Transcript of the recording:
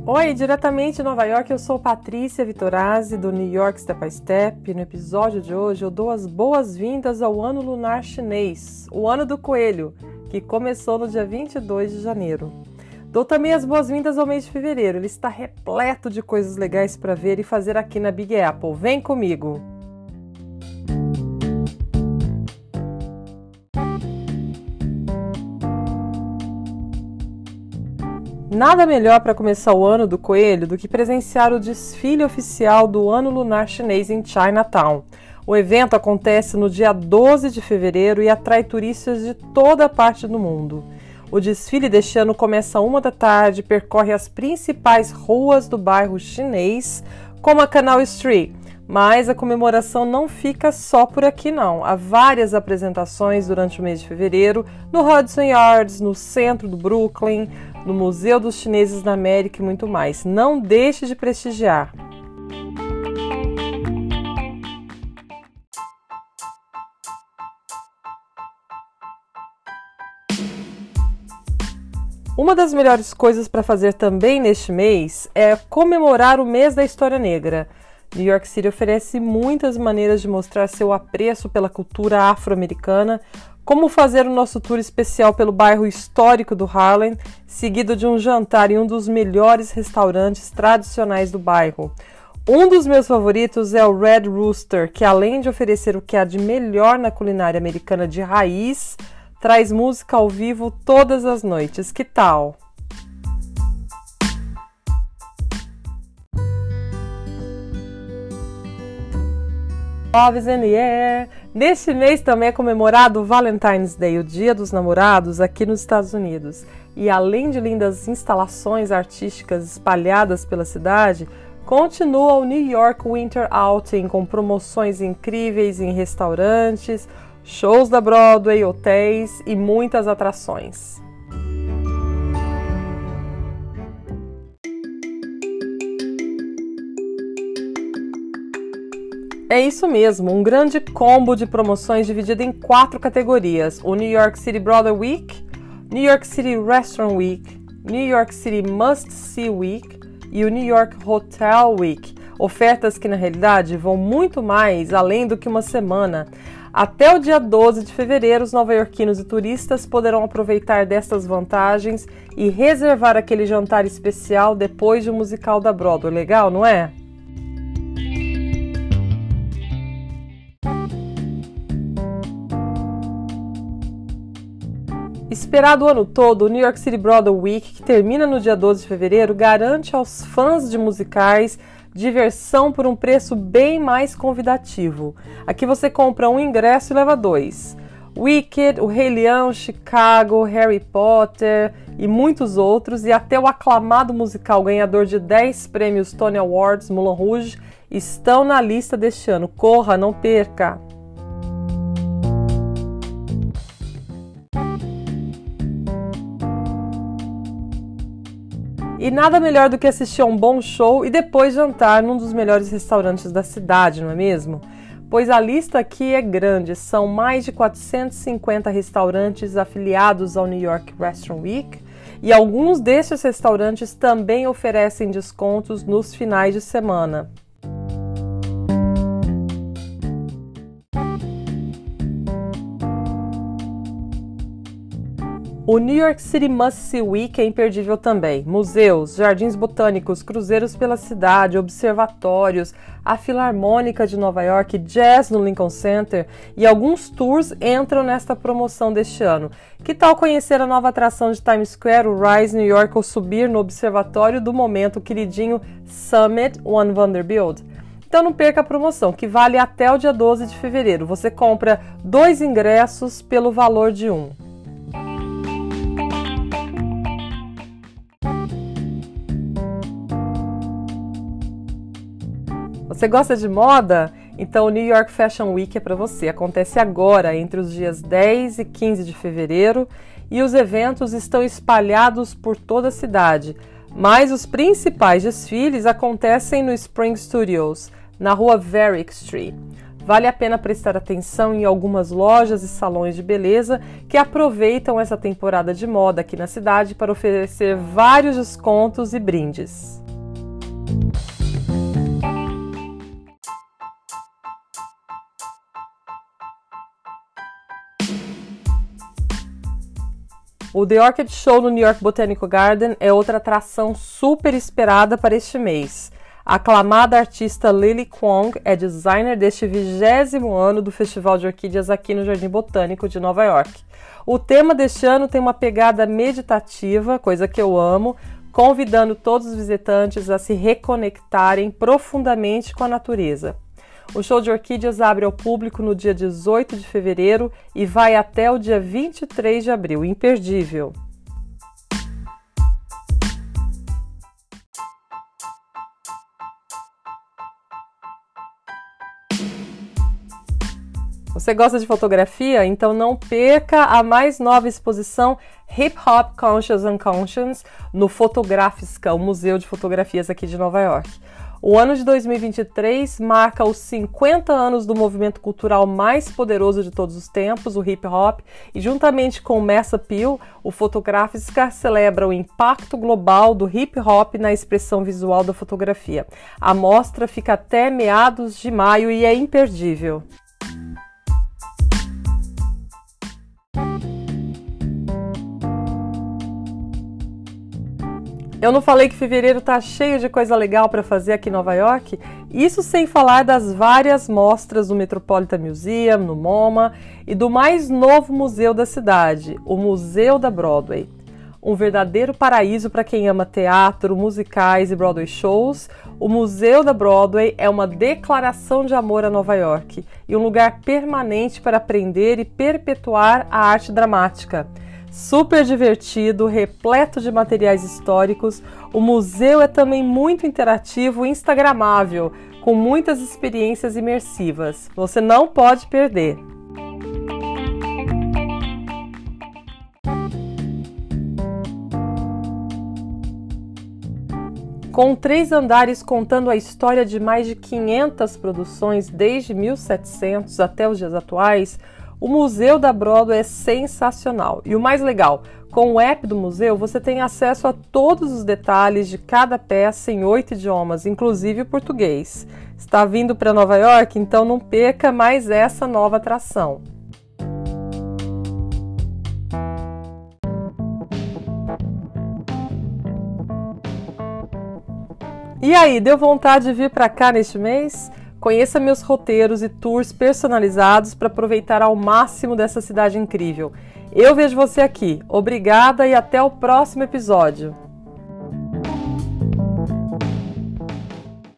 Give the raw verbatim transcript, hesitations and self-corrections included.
Oi, diretamente de Nova York, eu sou Patrícia Vitorazzi do New York Step by Step. No episódio de hoje eu dou as boas-vindas ao ano lunar chinês, o ano do coelho, que começou no dia vinte e dois de janeiro. Dou também as boas-vindas ao mês de fevereiro, ele está repleto de coisas legais para ver e fazer aqui na Big Apple. Vem comigo! Nada melhor para começar o ano do coelho do que presenciar o desfile oficial do ano lunar chinês em Chinatown. O evento acontece no dia doze de fevereiro e atrai turistas de toda a parte do mundo. O desfile deste ano começa às uma da tarde e percorre as principais ruas do bairro chinês, como a Canal Street. Mas a comemoração não fica só por aqui não. Há várias apresentações durante o mês de fevereiro no Hudson Yards, no centro do Brooklyn, no Museu dos Chineses na América e muito mais. Não deixe de prestigiar! Uma das melhores coisas para fazer também neste mês é comemorar o mês da História Negra. New York City oferece muitas maneiras de mostrar seu apreço pela cultura afro-americana, como fazer o nosso tour especial pelo bairro histórico do Harlem, seguido de um jantar em um dos melhores restaurantes tradicionais do bairro. Um dos meus favoritos é o Red Rooster, que além de oferecer o que há de melhor na culinária americana de raiz, traz música ao vivo todas as noites. Que tal? Loves in the air! Neste mês também é comemorado o Valentine's Day, o Dia dos Namorados, aqui nos Estados Unidos. E além de lindas instalações artísticas espalhadas pela cidade, continua o New York Winter Outing, com promoções incríveis em restaurantes, shows da Broadway, hotéis e muitas atrações. É isso mesmo, um grande combo de promoções dividido em quatro categorias: o New York City Broadway Week, New York City Restaurant Week, New York City Must See Week e o New York Hotel Week. Ofertas que na realidade vão muito mais além do que uma semana. Até o dia doze de fevereiro, os nova-iorquinos e turistas poderão aproveitar destas vantagens e reservar aquele jantar especial depois de um musical da Broadway. Legal, não é? Esperado o ano todo, o New York City Broadway Week, que termina no dia doze de fevereiro, garante aos fãs de musicais diversão por um preço bem mais convidativo. Aqui você compra um ingresso e leva dois. Wicked, o Rei Leão, Chicago, Harry Potter e muitos outros, e até o aclamado musical ganhador de dez prêmios Tony Awards, Moulin Rouge, estão na lista deste ano. Corra, não perca! E nada melhor do que assistir a um bom show e depois jantar num dos melhores restaurantes da cidade, não é mesmo? Pois a lista aqui é grande, são mais de quatrocentos e cinquenta restaurantes afiliados ao New York Restaurant Week e alguns desses restaurantes também oferecem descontos nos finais de semana. O New York City Must See Week é imperdível também. Museus, jardins botânicos, cruzeiros pela cidade, observatórios, a Filarmônica de Nova York, jazz no Lincoln Center e alguns tours entram nesta promoção deste ano. Que tal conhecer a nova atração de Times Square, o Rise New York, ou subir no observatório do momento queridinho Summit One Vanderbilt? Então não perca a promoção, que vale até o dia doze de fevereiro. Você compra dois ingressos pelo valor de um. Você gosta de moda? Então o New York Fashion Week é para você. Acontece agora, entre os dias dez e quinze de fevereiro, e os eventos estão espalhados por toda a cidade. Mas os principais desfiles acontecem no Spring Studios, na rua Varick Street. Vale a pena prestar atenção em algumas lojas e salões de beleza que aproveitam essa temporada de moda aqui na cidade para oferecer vários descontos e brindes. O The Orchid Show no New York Botanical Garden é outra atração super esperada para este mês. A aclamada artista Lily Kwong é designer deste vigésimo ano do Festival de Orquídeas aqui no Jardim Botânico de Nova York. O tema deste ano tem uma pegada meditativa, coisa que eu amo, convidando todos os visitantes a se reconectarem profundamente com a natureza. O show de orquídeas abre ao público no dia dezoito de fevereiro e vai até o dia vinte e três de abril, imperdível. Você gosta de fotografia? Então não perca a mais nova exposição Hip Hop Conscious Unconscious no Fotográfica, o Museu de Fotografias aqui de Nova York. O ano de dois mil e vinte e três marca os cinquenta anos do movimento cultural mais poderoso de todos os tempos, o hip hop, e juntamente com o Mass Appeal, o Fotográfica celebra o impacto global do hip hop na expressão visual da fotografia. A mostra fica até meados de maio e é imperdível. Eu não falei que fevereiro tá cheio de coisa legal para fazer aqui em Nova York? Isso sem falar das várias mostras do Metropolitan Museum, no MoMA, e do mais novo museu da cidade, o Museu da Broadway. Um verdadeiro paraíso para quem ama teatro, musicais e Broadway shows, o Museu da Broadway é uma declaração de amor a Nova York e um lugar permanente para aprender e perpetuar a arte dramática. Super divertido, repleto de materiais históricos, o museu é também muito interativo e instagramável, com muitas experiências imersivas. Você não pode perder! Com três andares contando a história de mais de quinhentas produções desde mil e setecentos até os dias atuais, o Museu da Broadway é sensacional. E o mais legal, com o app do museu você tem acesso a todos os detalhes de cada peça em oito idiomas, inclusive o português. Está vindo para Nova York? Então não perca mais essa nova atração. E aí, deu vontade de vir para cá neste mês? Conheça meus roteiros e tours personalizados para aproveitar ao máximo dessa cidade incrível. Eu vejo você aqui. Obrigada e até o próximo episódio.